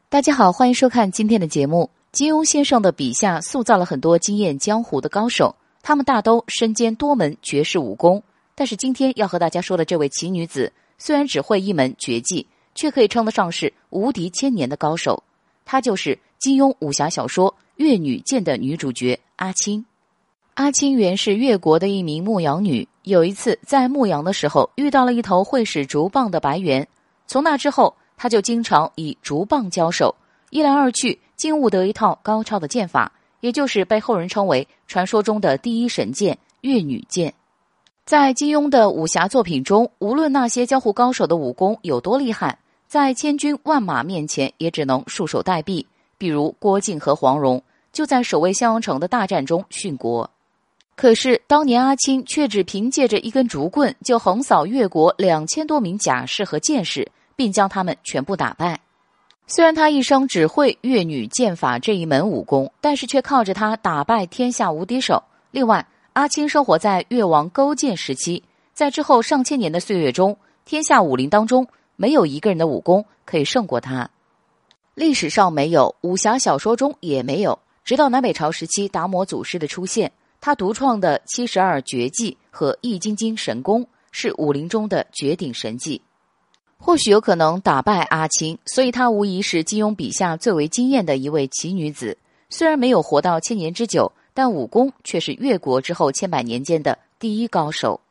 大家好，欢迎收看今天的节目。金庸先生的笔下塑造了很多惊艳江湖的高手，他们大都身兼多门绝世武功。但是今天要和大家说的这位奇女子，虽然只会一门绝技，却可以称得上是无敌千年的高手。她就是金庸武侠小说《越女剑》的女主角阿青。阿青原是越国的一名牧羊女，有一次在牧羊的时候遇到了一头会使竹棒的白猿，从那之后他就经常以竹棒交手，一来二去竟悟得一套高超的剑法，也就是被后人称为传说中的第一神剑越女剑。在金庸的武侠作品中，无论那些江湖高手的武功有多厉害，在千军万马面前也只能束手待毙。比如郭靖和黄蓉就在守卫襄阳城的大战中殉国。可是当年阿青却只凭借着一根竹棍就横扫越国2000多名甲士和剑士，并将他们全部打败。虽然他一生只会越女剑法这一门武功，但是却靠着他打败天下无敌手。另外，阿青生活在越王勾践时期，在之后上千年的岁月中，天下武林当中没有一个人的武功可以胜过他。历史上没有，武侠小说中也没有，直到南北朝时期达摩祖师的出现，他独创的72绝技和易筋经神功是武林中的绝顶神技。或许有可能打败阿青，所以她无疑是金庸笔下最为惊艳的一位奇女子。虽然没有活到1000年之久，但武功却是越国之后千百年间的第一高手。